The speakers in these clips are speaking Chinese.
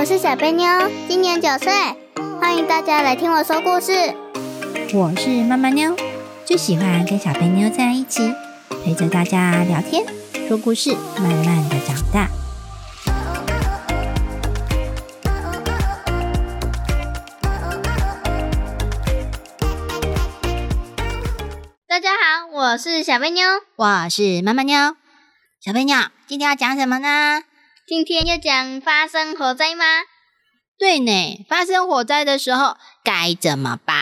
是小贝妞，今年9岁，欢迎大家来听我说故事。 我是妈妈妞，最喜欢跟小贝妞在一起，陪着大家聊天说故事，慢慢的长大。 大家好，我是小贝妞， 我是妈妈妞。小贝妞，今天要讲什么呢？ 今天要讲发生火灾吗？ 对呢，发生火灾的时候该怎么办？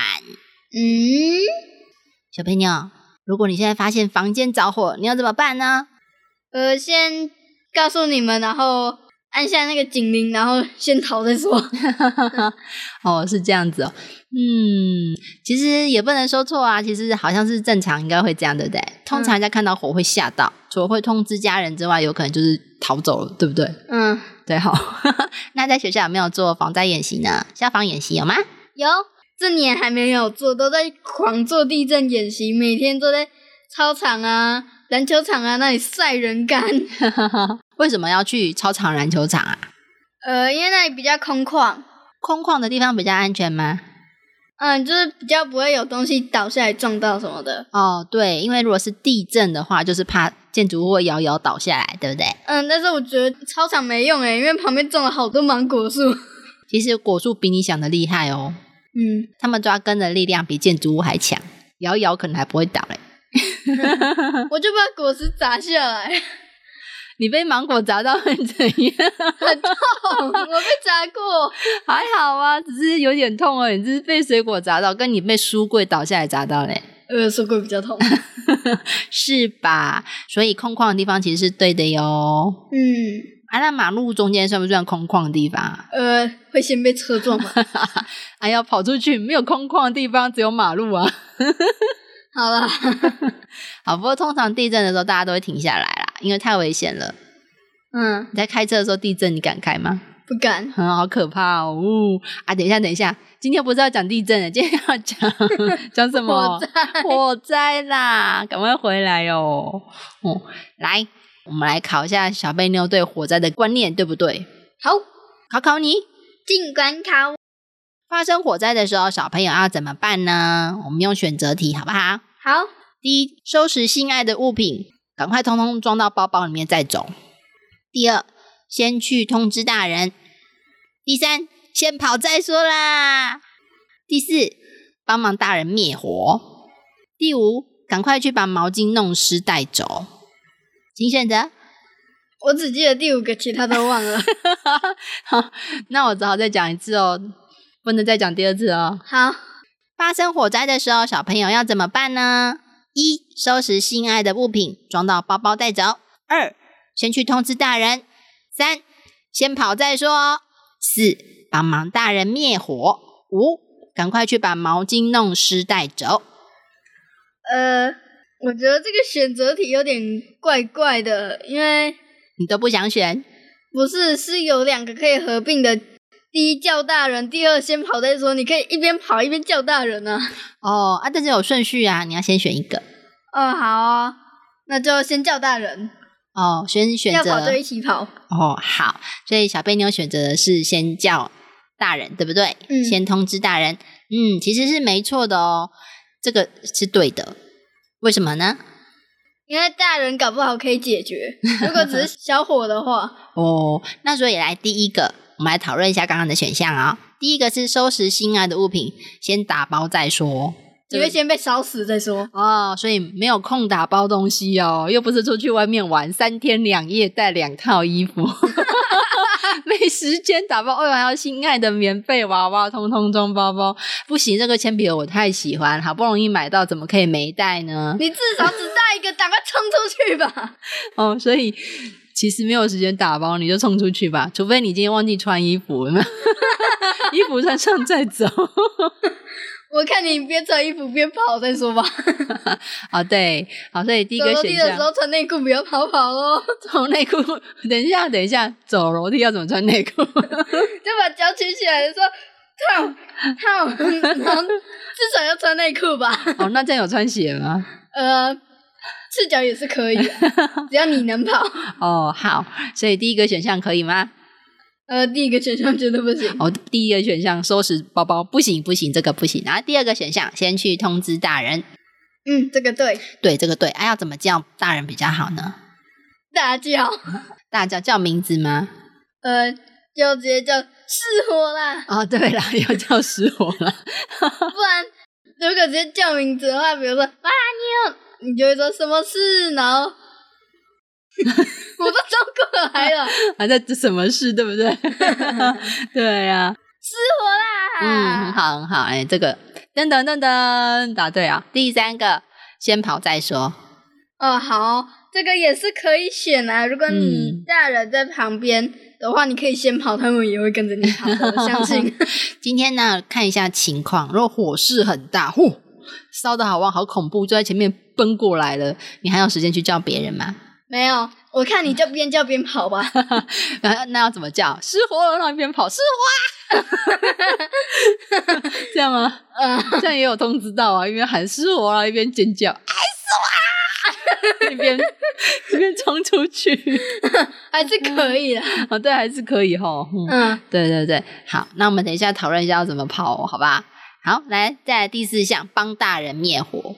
小贝妞，如果你现在发现房间着火，你要怎么办呢？ 先告诉你们，然后按下那个警铃，然后先逃再说。 哦，是这样子哦。其实也不能说错啊，其实好像是正常应该会这样，对不对？通常人家看到火会吓到，除了会通知家人之外，有可能就是逃走了，对不对？对齁。那在学校有没有做防灾演习呢？消防演习有吗？ 有，这年还没有做，都在狂做地震演习，每天都在操场啊、篮球场啊那里晒人干。 为什么要去操场、篮球场啊？ 因为那里比较空旷。 空旷的地方比较安全吗？ 就是比较不会有东西倒下来撞到什么的。 哦，对，因为如果是地震的话，就是怕建筑物会摇摇倒下来，对不对？ 但是我觉得操场没用因为旁边种了好多芒果树。 其实果树比你想的厉害哦。他们抓根的力量比建筑物还强，摇一摇可能还不会倒嘞。 我就把果实砸下来。 你被芒果砸到会怎样？ 很痛，我被砸过。 还好啊，只是有点痛而已。你只是被水果砸到，跟你被书柜倒下来砸到嘞。 书柜比较痛。 是吧？所以空旷的地方其实是对的哟。那马路中间算不算空旷的地方？ 会先被车撞吗？ 要跑出去，没有空旷的地方，只有马路啊。 好啦。 好，不过通常地震的时候大家都会停下来啦，因为太危险了。你在开车的时候地震你敢开吗？ 不敢。 好可怕哦。等一下，今天不是要讲地震的，今天要讲什么？火灾啦，赶快回来哦。来，我们来考一下小贝妞对火灾的观念，对不对？ 好， 考你， 尽管考。 发生火灾的时候，小朋友要怎么办呢？我们用选择题好不好？ 好。 第一，收拾心爱的物品，赶快通通装到包包里面再走。第二，先去通知大人。第三，先跑再说啦。第四，帮忙大人灭火。第五，赶快去把毛巾弄湿带走。请选择。 我只记得第5个，其他都忘了。 好，那我只好再讲一次哦，不能再讲第2次哦。 好， 发生火灾的时候，小朋友要怎么办呢？1. 收拾心爱的物品，装到包包带走。2. 先去通知大人。3. 先跑再说。4. 帮忙大人灭火。5. 赶快去把毛巾弄湿带走。 我觉得这个选择题有点怪怪的，因为你都不想选？ 不是有2个可以合并的。第一叫大人，第二先跑再说，你可以一边跑一边叫大人啊。 但是有顺序啊，你要先选一个。 好啊，那就先叫大人。 先选择要跑就一起跑。 好，所以小贝妞选择的是先叫大人，对不对？先通知大人。其实是没错的哦，这个是对的。为什么呢？ 因为大人搞不好可以解决，如果只是小火的话。 那所以来第一个，我们来讨论一下刚刚的选项啊。第一个是收拾心爱的物品，先打包再说。 你会先被烧死再说。 所以没有空打包东西哦，又不是出去外面玩3天2夜带2套衣服。没时间打包，还要心爱的棉被娃娃通通装包包。不行，这个铅笔盒我太喜欢，好不容易买到，怎么可以没带呢？ 你至少只带一个，赶快冲出去吧。 所以其实没有时间打包，你就冲出去吧，除非你今天忘记穿衣服，有没有？衣服穿上再走。 我看你边穿衣服边跑再说吧。 对，好，所以第一个选项。走楼梯的时候穿内裤，不要跑哦。 走内裤，等一下，走楼梯要怎么穿内裤？就把脚举起来的时候套，然后至少要穿内裤吧。 那这样有穿鞋吗？ 赤脚也是可以的，只要你能跑。 好，所以第一个选项可以吗？ 第一个选项绝对不行。 第一个选项收拾包包不行，这个不行。然后第二个选项先去通知大人。 这个对。 对，这个对。要怎么叫大人比较好呢？ 大叫。 大叫名字吗？ 就直接叫失火啦。 对啦，要叫失火啦。 不然如果直接叫名字的话，比如说你就会说什么事，然后我都走过来了。 这什么事，对不对？对啊， 失火啦。 很好。这个噔答对啊。第三个先跑再说。 好，这个也是可以选啊。如果你大人在旁边的话，你可以先跑，他们也会跟着你跑的，我相信。 今天呢，看一下情况，如果火势很大，烧得好旺好恐怖，就在前面奔过来了，你还有时间去叫别人吗？ 没有，我看你就边叫边跑吧。 那要怎么叫？失火了，然后一边跑，失火啊！这样吗？这样也有通知到啊，一边喊失火啊，一边尖叫，失火啊！一边冲出去， 还是可以的。 对，还是可以齁。对。好，那我们等一下讨论一下要怎么跑好吧？好，再来第四项，帮大人灭火。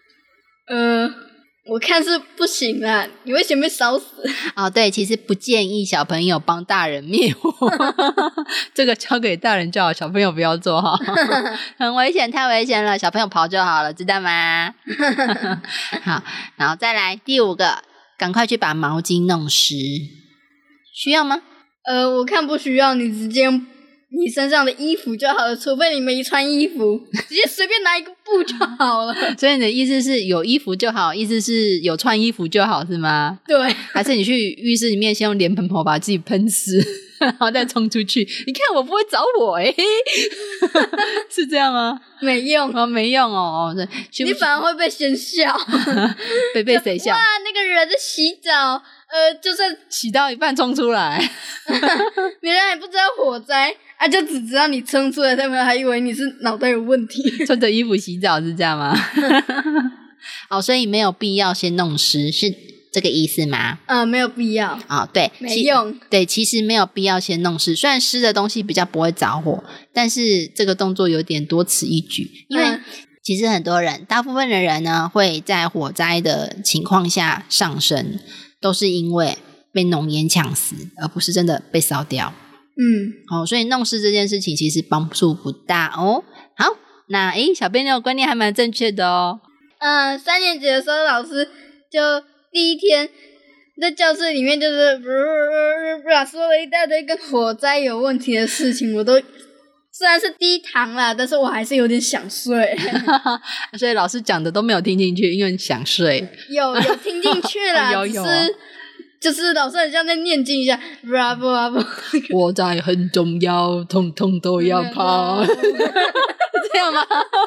我看是不行啦，你会先被烧死。 对，其实不建议小朋友帮大人灭火。这个交给大人就好，小朋友不要做哈。很危险，太危险了，小朋友跑就好了，知道吗？好，然后再来第五个，赶快去把毛巾弄湿。需要吗？ 我看不需要，你直接用你身上的衣服就好了，除非你没穿衣服，直接随便拿一个布就好了。 所以你的意思是有衣服就好，意思是有穿衣服就好是吗？ 对。 还是你去浴室里面先用莲蓬头把自己喷湿，然后再冲出去？你看我不会着火是这样吗？ 没用没用对， 你反而会被先笑。 被谁笑？ 哇，那个人在洗澡，就算洗到一半冲出来， 别人还不知道火灾就只知道你冲出来，他们还以为你是脑袋有问题。 穿着衣服洗澡是这样吗？所以没有必要先弄湿，是这个意思吗？ 没有必要。 对， 没用。 对，其实没有必要先弄湿，虽然湿的东西比较不会着火，但是这个动作有点多此一举，因为其实很多人，大部分的人呢，会在火灾的情况下上身，都是因为被浓烟呛死，而不是真的被烧掉。所以弄湿这件事情其实帮助不大哦。好，那小编的观念还蛮正确的哦。 3年级的时候，老师就第一天在教室里面就是说了一大堆跟火灾有问题的事情，我都虽然是第一堂啦，但是我还是有点想睡。 所以老师讲的都没有听进去，因为你想睡。 有听进去啦。 有就是老师很像在念经一下， 火灾很重要，统统都要跑。这样吗？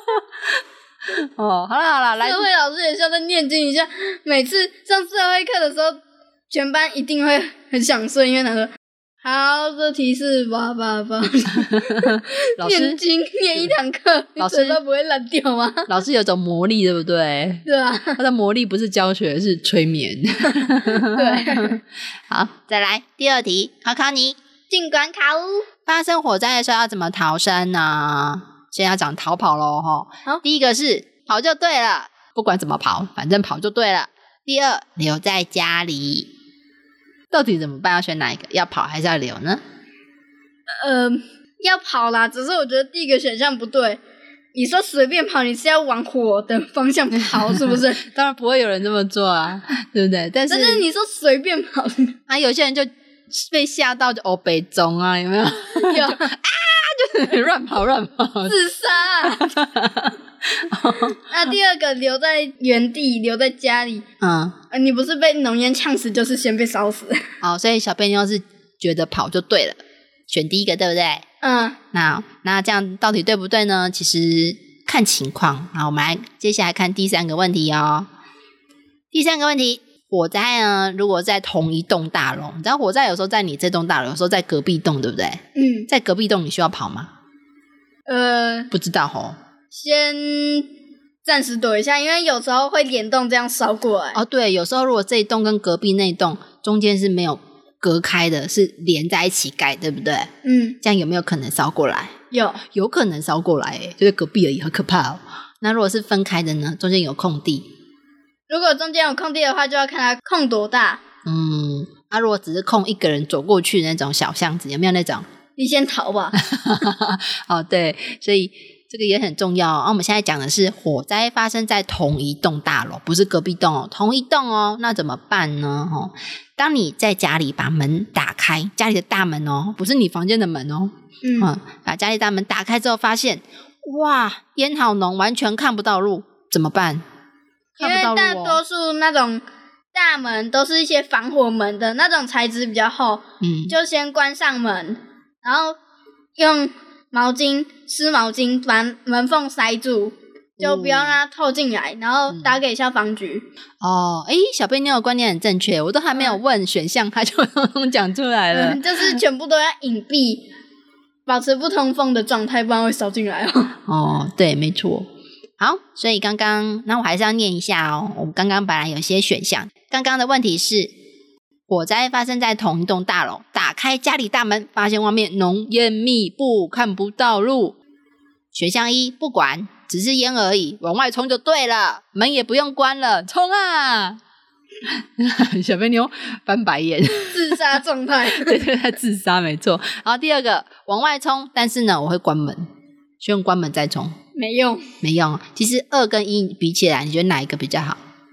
好了，来。 社会老师也像在念经一下，每次上社会课的时候，全班一定会很想睡，因为他说好，这题是老师念经念一堂课，你嘴巴不会烂掉吗？ 老师有种魔力，对不对？ 对啊， 他的魔力不是教学，是催眠。 对。 好，再来第二题，考你。 尽管考发生火灾的时候要怎么逃生呢？现在要讲逃跑咯第一个是跑就对了，不管怎么跑，反正跑就对了。第二，留在家里。到底怎么办？要选哪一个？要跑还是要留呢？ 要跑啦，只是我觉得第一个选项不对。你说随便跑，你是要往火的方向跑，是不是？ 当然不会有人这么做啊，对不对？但是你说随便跑有些人就被吓到就北中啊，有没有？ 有就是乱跑自杀那第二个留在原地，留在家里。你不是被浓烟呛死，就是先被烧死。 所以小朋友是觉得跑就对了，选第一个对不对？那这样到底对不对呢？其实看情况。好，我们接下来看第三个问题哦。第三个问题，火灾呢，如果在同一栋大楼，你知道火灾有时候在你这栋大楼，有时候在隔壁栋，对不对？在隔壁栋你需要跑吗？不知道吼。 先暂时躲一下，因为有时候会联动这样烧过来。 对，有时候如果这一栋跟隔壁那一栋中间是没有隔开的，是连在一起盖，对不对？这样有没有可能烧过来？ 有可能烧过来耶，就是隔壁而已，好可怕哦。那如果是分开的呢？中间有空地， 如果中间有空地的话，就要看它空多大。 如果只是空一个人走过去那种小巷子，有没有那种？ 你先逃吧。 哦，对，所以这个也很重要哦。我们现在讲的是火灾发生在同一栋大楼，不是隔壁栋哦，同一栋哦。那怎么办呢？当你在家里把门打开，家里的大门哦，不是你房间的门哦，把家里大门打开之后，发现哇，烟好浓，完全看不到路，怎么办？ 因为大多数那种大门都是一些防火门的那种材质比较厚，就先关上门，然后用湿毛巾把门缝塞住，就不要让它透进来，然后打给消防局。 小贝妞的观念很正确，我都还没有问选项，他就讲出来了。 就是全部都要隐蔽，保持不通风的状态，不然会烧进来哦。 对，没错。好，所以那我还是要念一下哦。我们刚刚本来有些选项，刚刚的问题是火灾发生在同一栋大楼，打开家里大门，发现外面浓烟密布，看不到路。选项一，不管，只是烟而已，往外冲就对了，门也不用关了，冲啊！小贝妞翻白眼， 自杀状态。 对，他自杀没错。然后第二个，往外冲，但是呢，我会关门，希望关门再冲。 没用。 其实2跟1比起来，你觉得哪一个比较好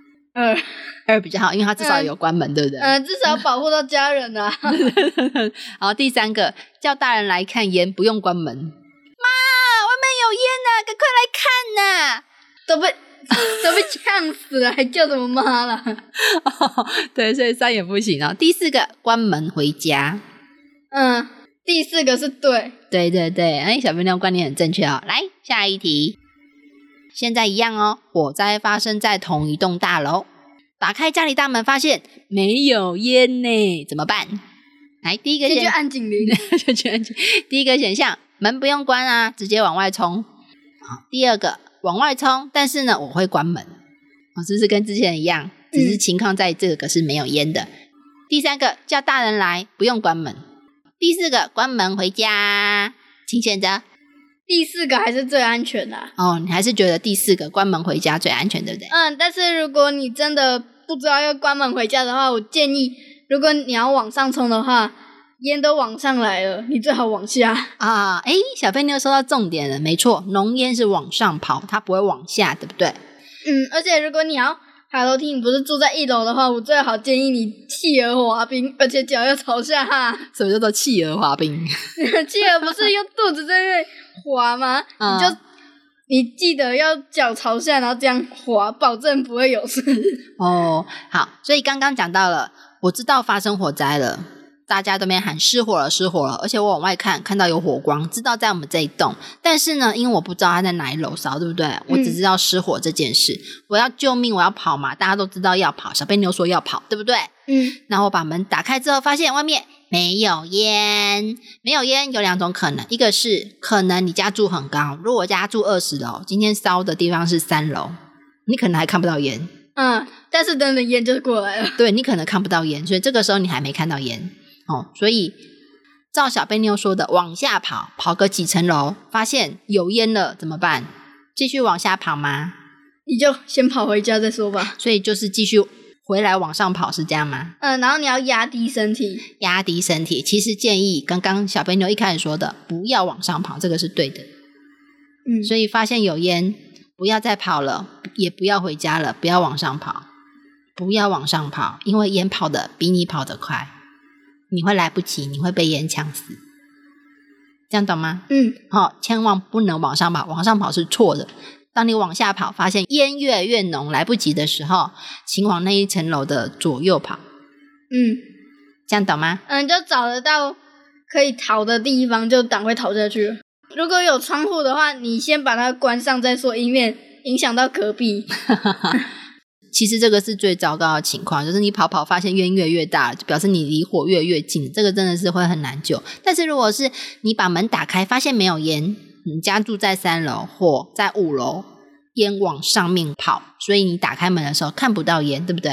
？2比较好，因为它至少有关门，对不对？ 至少保护到家人啊。 然后第三个，叫大人来看烟，不用关门。妈，外面有烟啊，赶快来看啊！ 都被呛死了，还叫什么妈啦？ 对，所以3也不行。然后第4个，关门回家。 第4个是对。 对，小贝妞观念很正确哦。来，下一题。现在一样哦，火灾发生在同一栋大楼，打开家里大门，发现没有烟呢，怎么办？来，第一个先去按警铃。 第一个选项，门不用关啊，直接往外冲。第二个，往外冲，但是呢，我会关门。是不是跟之前一样？只是情况在这个是没有烟的。第三个，叫大人来，不用关门。第4个，关门回家，请选择。 第4个还是最安全的。 你还是觉得第4个关门回家最安全，对不对？ 但是如果你真的不知道要关门回家的话，我建议，如果你要往上冲的话，烟都往上来了，你最好往下啊。小贝妞说到重点了，没错，浓烟是往上跑，它不会往下，对不对？ 而且如果你要爬楼梯，你不是住在1楼的话，我最好建议你企鹅滑冰，而且脚要朝下哈。 什么叫做企鹅滑冰？ 企鹅不是用肚子在那滑吗？你记得要脚朝下，然后这样滑，保证不会有事。 好，所以刚刚讲到了，我知道发生火灾了，大家都没喊失火了，而且我往外看到有火光，知道在我们这一栋，但是呢，因为我不知道它在哪一楼烧，对不对？我只知道失火这件事，我要救命，我要跑嘛，大家都知道要跑，小贝妞说要跑，对不对？然后我把门打开之后，发现外面没有烟有2种可能，一个是可能你家住很高，如果我家住20楼，今天烧的地方是3楼，你可能还看不到烟， 但是等等烟就过来了， 对，你可能看不到烟，所以这个时候你还没看到烟所以照小贝妞说的，往下跑个几层楼，发现有烟了怎么办？继续往下跑吗？ 你就先跑回家再说吧。 所以就是继续回来往上跑，是这样吗？ 然后你要压低身体。 其实建议刚刚小贝妞一开始说的，不要往上跑，这个是对的。所以发现有烟，不要再跑了，也不要回家了，不要往上跑，因为烟跑得比你跑得快，你会来不及，你会被烟呛死。这样懂吗？千万不能往上跑，往上跑是错的。当你往下跑，发现烟越来越浓，来不及的时候，请往那一层楼的左右跑。这样懂吗？ 就找得到可以逃的地方，就赶快逃下去了。如果有窗户的话，你先把它关上再说，以免影响到隔壁。 其实这个是最糟糕的情况，就是你跑发现烟越来越大，就表示你离火越来越近，这个真的是会很难救。但是如果是你把门打开发现没有烟，你家住在3楼或在5楼，烟往上面跑，所以你打开门的时候看不到烟，对不对？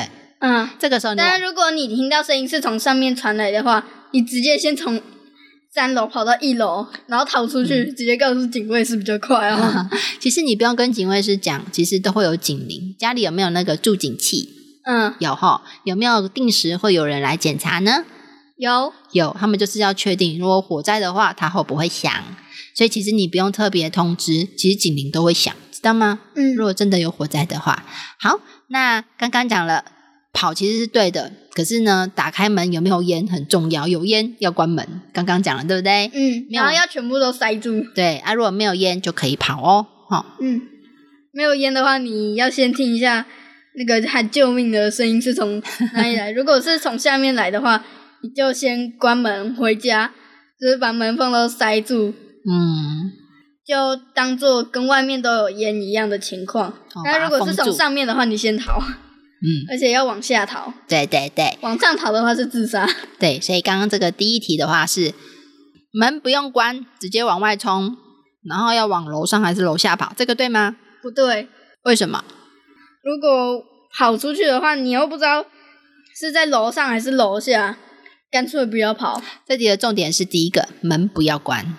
这个时候但是如果你听到声音是从上面传来的话，你直接先从3楼跑到1楼，然后逃出去，直接告诉警卫是比较快哦。 其实你不用跟警卫室讲，其实都会有警铃。家里有没有那个助警器？有齁。有没有定时会有人来检查呢？有，他们就是要确定如果火灾的话它会不会响，所以其实你不用特别通知，其实警铃都会响，知道吗？如果真的有火灾的话。好，那刚刚讲了跑其实是对的，可是呢打开门有没有烟很重要，有烟要关门，刚刚讲了对不对？ 然后要全部都塞住。 对啊，如果没有烟就可以跑哦。 没有烟的话你要先听一下那个喊救命的声音是从哪里来。如果是从下面来的话，你就先关门回家，就是把门缝都塞住，就当做跟外面都有烟一样的情况。那如果是从上面的话，你先逃，而且要往下逃。 对对对， 往上逃的话是自杀。 对，所以刚刚这个第一题的话是门不用关，直接往外冲，然后要往楼上还是楼下跑，这个对吗？ 不对。 为什么？ 如果跑出去的话，你又不知道是在楼上还是楼下，干脆不要跑。 这题的重点是第一个，门不要关。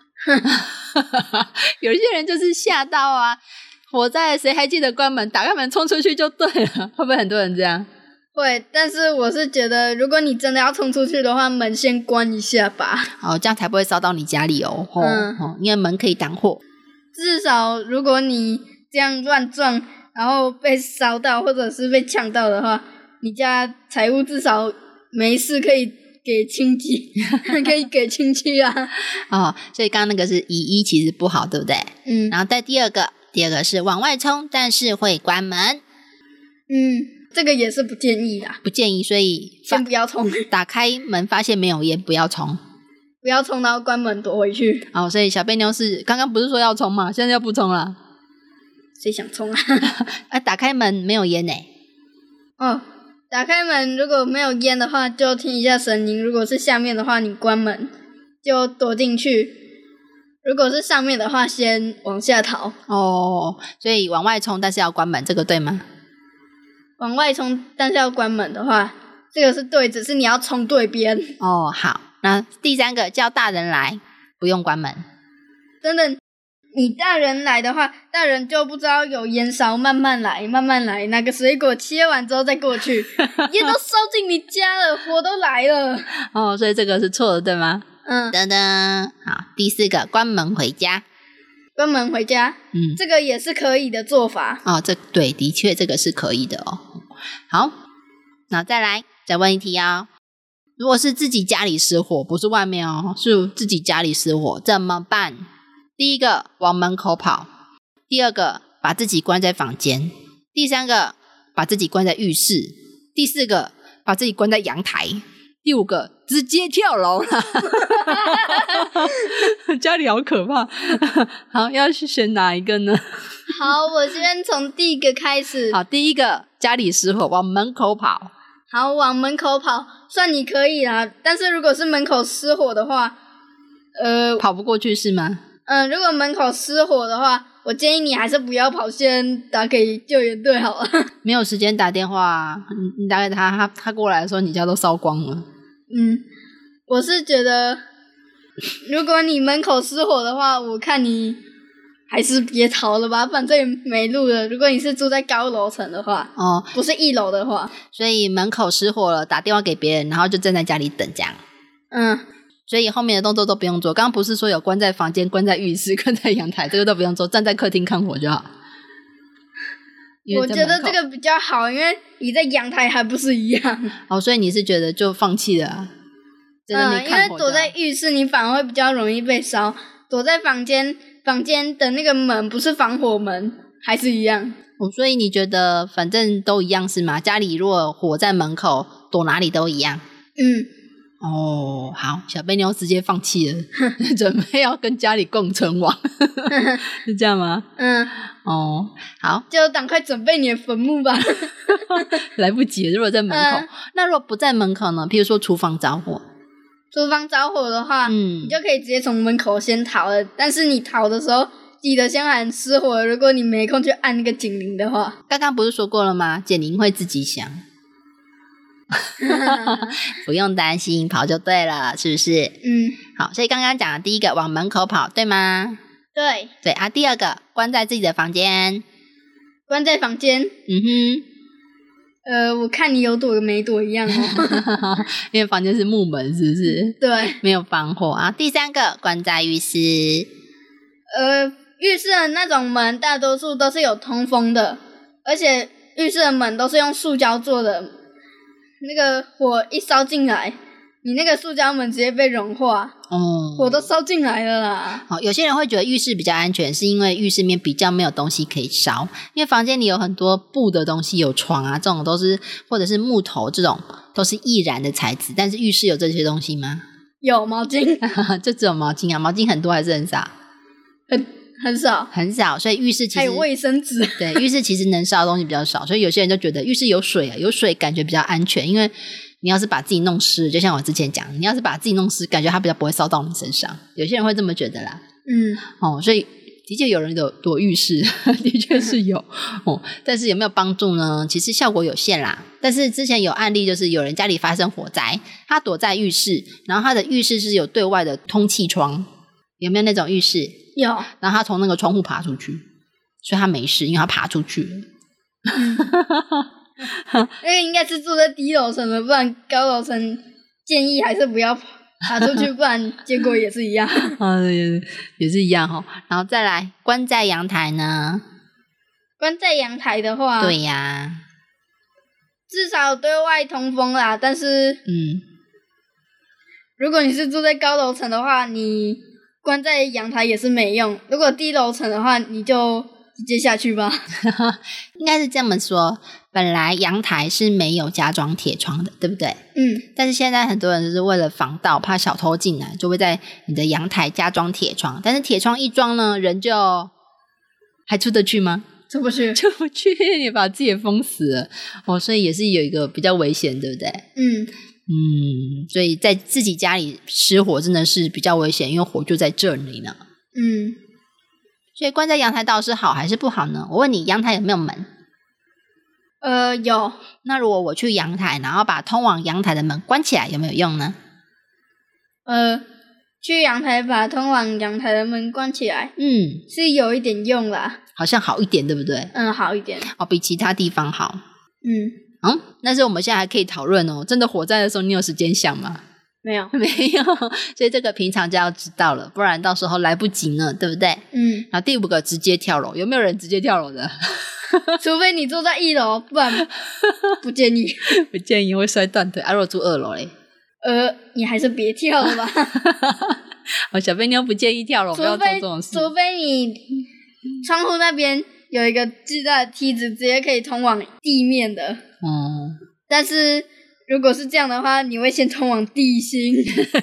有些人就是吓到啊，火灾谁还记得关门，打开门冲出去就对了，会不会很多人这样？ 会，但是我是觉得如果你真的要冲出去的话，门先关一下吧。 这样才不会烧到你家里哦。因为门可以挡火。 至少如果你这样乱撞然后被烧到或者是被呛到的话，你家财务至少没事可以给亲戚可以给亲戚啊。 所以刚刚那个是1其实不好对不对？然后在第二个是往外冲但是会关门。 这个也是不建议啦， 不建议，所以先不要冲。 打开门发现没有烟不要冲， 不要冲然后关门躲回去。 所以小贝妞是刚刚不是说要冲吗？现在要不冲了。 谁想冲啊？ 打开门没有烟打开门如果没有烟的话就听一下声音，如果是下面的话你关门就躲进去，如果是上面的话先往下逃。 所以往外冲但是要关门，这个对吗？ 往外冲但是要关门的话，这个是对，只是你要冲对边。 好，那第三个叫大人来不用关门。 真的你大人来的话，大人就不知道有烟烧，慢慢来，那个水果切完之后再过去，烟都烧进你家了，火都来了。 所以这个是错的对吗？噔噔。好，第四个关门回家。 关门回家，这个也是可以的做法。 对，的确这个是可以的哦。好，那再问一题哦。如果是自己家里失火，不是外面是自己家里失火怎么办？第一个往门口跑，第二个把自己关在房间，第三个把自己关在浴室，第四个把自己关在阳台，第五个直接跳楼了。家里好可怕。好，要选哪一个呢？ 好，我先从第一个开始。 好，第一个家里失火往门口跑。 好，往门口跑算你可以啦，但是如果是门口失火的话跑不过去是吗？ 如果门口失火的话，我建议你还是不要跑，先打给救援队好了。没有时间打电话你打给他过来的时候你家都烧光了。 我是觉得如果你门口失火的话，我看你还是别逃了吧，反正也没路了。如果你是住在高楼层的话不是1楼的话。 所以门口失火了打电话给别人，然后就站在家里等这样。所以后面的动作都不用做，刚刚不是说有关在房间、关在浴室、关在阳台，这个都不用做，站在客厅看火就好。 我觉得这个比较好，因为你在阳台还不是一样。 所以你是觉得就放弃了在那边看火。 因为躲在浴室你反而会比较容易被烧，躲在房间的那个门不是防火门还是一样。 所以你觉得反正都一样是吗？家里如果火在门口躲哪里都一样。好，小贝妞直接放弃了，准备要跟家里共存亡。是这样吗？好， 就赶快准备你的坟墓吧。 来不及了，如果在门口。那如果不在门口呢？譬如说厨房着火。 厨房着火的话你就可以直接从门口先逃了，但是你逃的时候记得先喊失火，如果你没空去按那个警铃的话。 刚刚不是说过了吗？警铃会自己响。 不用担心，跑就对了，是不是？好，所以刚刚讲的第一个往门口跑，对吗？ 对。 对啊，第二个关在自己的房间。 关在房间。我看你有躲没躲一样哦。 因为房间是木门，是不是？ 对。 没有防火啊。第三个关在浴室。 浴室的那种门大多数都是有通风的，而且浴室的门都是用塑胶做的，那个火一烧进来，你那个塑胶门直接被融化，火都烧进来了啦。 有些人会觉得浴室比较安全，是因为浴室里面比较没有东西可以烧，因为房间里有很多布的东西，有床啊这种都是，或者是木头这种都是易燃的材质，但是浴室有这些东西吗？ 有毛巾。 就只有毛巾啊？毛巾很多还是很少？ 很少， 很少，所以浴室其实还有卫生纸。 对，浴室其实能烧的东西比较少，所以有些人就觉得浴室有水啊，有水感觉比较安全，因为你要是把自己弄湿，就像我之前讲，你要是把自己弄湿，感觉它比较不会烧到你身上，有些人会这么觉得啦。所以的确有人躲浴室，的确是有但是有没有帮助呢？其实效果有限啦。但是之前有案例，就是有人家里发生火灾，他躲在浴室，然后他的浴室是有对外的通气窗，有没有那种浴室？ 有。 然后他从那个窗户爬出去，所以他没事，因为他爬出去了。 那个应该是住在低楼层的，不然高楼层建议还是不要爬出去，不然结果也是一样。 也是一样然后再来关在阳台呢？ 关在阳台的话， 对呀， 至少对外通风啦。但是如果你是住在高楼层的话，你关在阳台也是没用。如果低楼层的话，你就直接下去吧。 应该是这么说，本来阳台是没有加装铁窗的，对不对？但是现在很多人就是为了防盗，怕小偷进来，就会在你的阳台加装铁窗。但是铁窗一装呢，人就还出得去吗？ 出不去， 你把自己也封死了所以也是有一个比较危险，对不对？所以在自己家里失火真的是比较危险，因为火就在这里呢。所以关在阳台倒是好还是不好呢？我问你，阳台有没有门？ 有。 那如果我去阳台，然后把通往阳台的门关起来，有没有用呢？ 去阳台把通往阳台的门关起来，是有一点用啦， 好像好一点，对不对？ 好一点比其他地方好。但是我们现在还可以讨论真的火灾的时候，你有时间想吗？ 没有， 所以这个平常就要知道了，不然到时候来不及呢，对不对？然后第5个直接跳楼，有没有人直接跳楼的？ 除非你住在1楼，不然不建议。 不建议，会摔断腿。如果住2楼嘞？ 你还是别跳了吧。 小飞妞不建议跳楼，不要做这种事。 除非你窗户那边有一个巨大的梯子，直接可以通往地面的。但是如果是这样的话，你会先通往地心。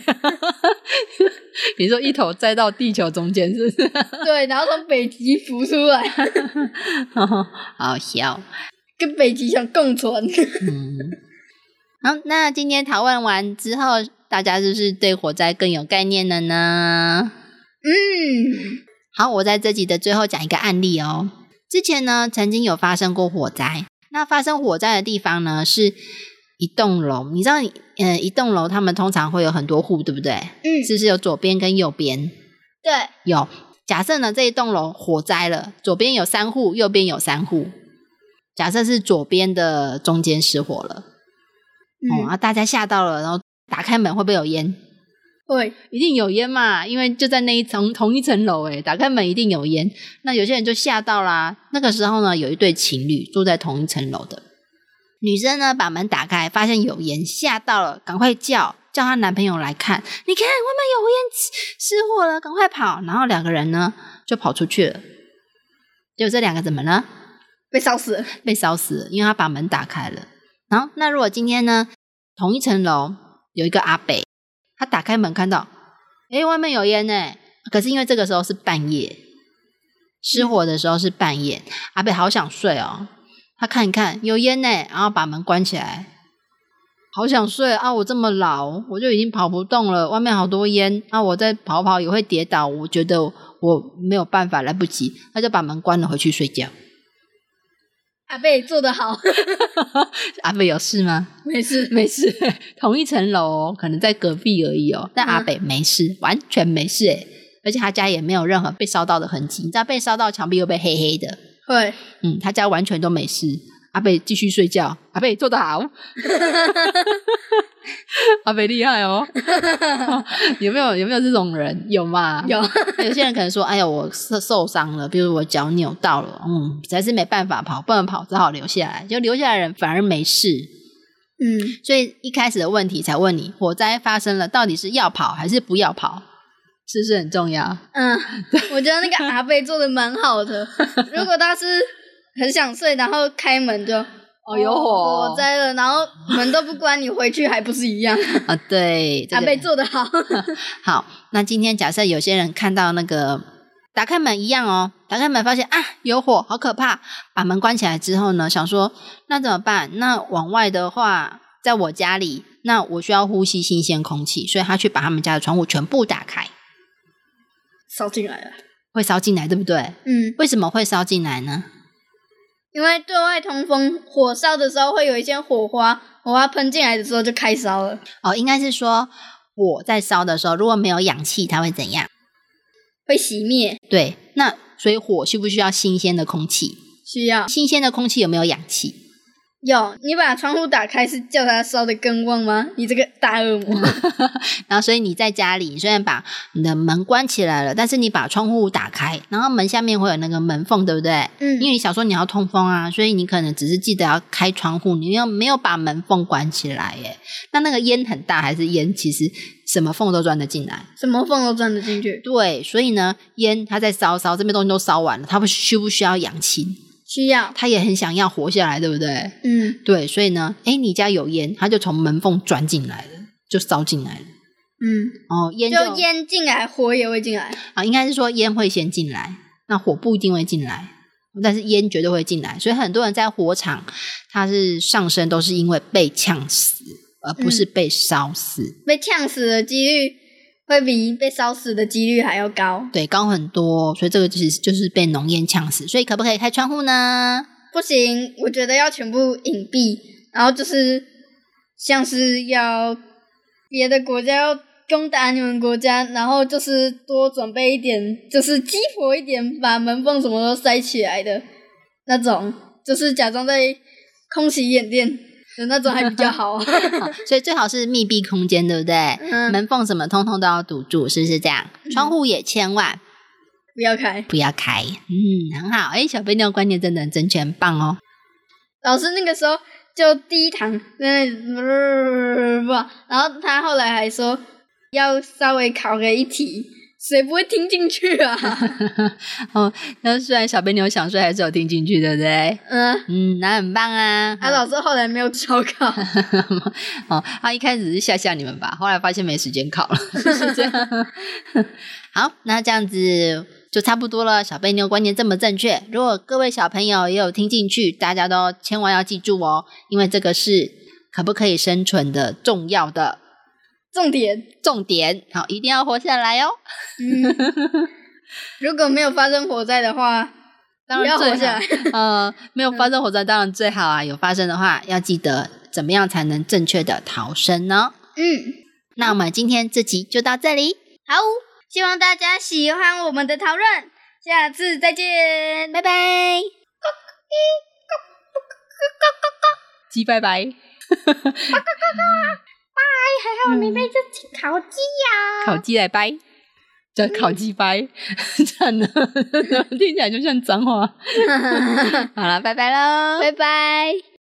你说一头栽到地球中间，是不是？ 对，然后从北极浮出来。 好笑， 跟北极熊共存。 好，那今天讨论完之后，大家是不是对火灾更有概念了呢？好，我在这集的最后讲一个案例之前呢，曾经有发生过火灾。那发生火灾的地方呢，是一栋楼。你知道一栋楼他们通常会有很多户，对不对？是不是有左边跟右边？ 对， 有。假设呢这一栋楼火灾了，左边有3户，右边有3户。假设是左边的中间失火了，大家吓到了，然后打开门会不会有烟？ 会， 一定有烟嘛，因为就在那同一层楼打开门一定有烟。那有些人就吓到啦。那个时候呢，有一对情侣住在同一层楼的，女生呢把门打开，发现有烟，吓到了，赶快叫她男朋友来看，你看外面有烟，失火了，赶快跑。然后2个人呢就跑出去了。结果这2个怎么了？ 被烧死了， 因为他把门打开了。然后那如果今天呢，同一层楼有一个阿伯，他打开门看到外面有烟可是因为这个时候是半夜，失火的时候是半夜，阿伯好想睡他看一看有烟然后把门关起来，好想睡我这么老我就已经跑不动了，外面好多烟我再跑也会跌倒，我觉得我没有办法，来不及，他就把门关了回去睡觉。 阿贝做得好。 阿北有事吗？ 没事。 没事，同一层楼哦，可能在隔壁而已哦。但阿北没事，完全没事诶，而且他家也没有任何被烧到的痕迹。你知道被烧到墙壁又被黑黑的， 会。 他家完全都没事。阿北继续睡觉，阿北做得好。阿北厉害哦。有没有这种人？有吗？ 有。 有些人可能说，哎呀，我受伤了，比如我脚扭到了，实在是没办法跑，不能跑，只好留下来。就留下来的人反而没事。所以一开始的问题才问你，火灾发生了，到底是要跑还是不要跑？是不是很重要？ 我觉得那个阿贝做的蛮好的。如果他是很想睡，然后开门就有火灾了，然后门都不关，你回去还不是一样？ 对， 阿贝做得好。 好，那今天假设有些人看到那个打开门一样哦，打开门发现有火，好可怕，把门关起来之后呢，想说那怎么办？那往外的话，在我家里，那我需要呼吸新鲜空气，所以他去把他们家的窗户全部打开， 烧进来了， 会烧进来，对不对？为什么会烧进来呢？ 因为对外通风，火烧的时候会有一些火花喷进来的时候就开烧了。 应该是说火在烧的时候，如果没有氧气，它会怎样？ 会熄灭。 对，那所以火需不需要新鲜的空气？ 需要。 新鲜的空气有没有氧气？ 有。你把窗户打开是叫它烧得更旺吗？你这个大恶魔。 然后所以你在家里虽然把你的门关起来了，但是你把窗户打开，然后门下面会有那个门缝，对不对？因为你想说你要通风啊，所以你可能只是记得要开窗户，你没有把门缝关起来耶。那个烟很大还是烟其实什么缝都钻得进来？ 什么缝都钻得进去。 对，所以呢烟它在烧这边东西都烧完了，它需不需要氧气？ 需要。 他也很想要活下来，对不对？对，所以呢你家有烟，他就从门缝钻进来了，就烧进来了。烟就烟进来，火也会进来应该是说烟会先进来，那火不一定会进来，但是烟绝对会进来。所以很多人在火场他是上升都是因为被呛死，而不是被烧死。 被呛死的几率会比被烧死的几率还要高。 对，高很多。所以这个就是被浓烟呛死。所以可不可以开窗户呢？ 不行，我觉得要全部隐蔽，然后就是像是要别的国家要攻打你们国家，然后就是多准备一点，就是鸡婆一点，把门缝什么都塞起来的那种，就是假装在空袭演练的那种还比较好。 所以最好是密闭空间，对不对？门缝什么通通都要堵住，是不是这样？窗户也千万不要开。 很好。小贝妞的观念真的很正确，很棒哦。 老师那个时候就第一堂然后他后来还说要稍微考个一题，谁不会听进去啊？ 那虽然小贝妞想睡，还是有听进去，对不对？那很棒啊。 老师后来没有小考。 他一开始是吓你们吧，后来发现没时间考了。是这样。好，那这样子就差不多了。小贝妞观念这么正确，如果各位小朋友也有听进去，大家都千万要记住哦，因为这个是可不可以生存的重要的重点。好，一定要活下来哦。 如果没有发生火灾的话，当然最好。 没有发生火灾当然最好啊。有发生的话，要记得怎么样才能正确的逃生呢？那我们今天这集就到这里。 好，希望大家喜欢我们的讨论，下次再见，拜拜。 鸡拜拜。 还好没被这烤鸡呀。 烤鸡来拜，叫烤鸡拜。真的听起来就像脏话。好了，拜拜喽， 拜拜。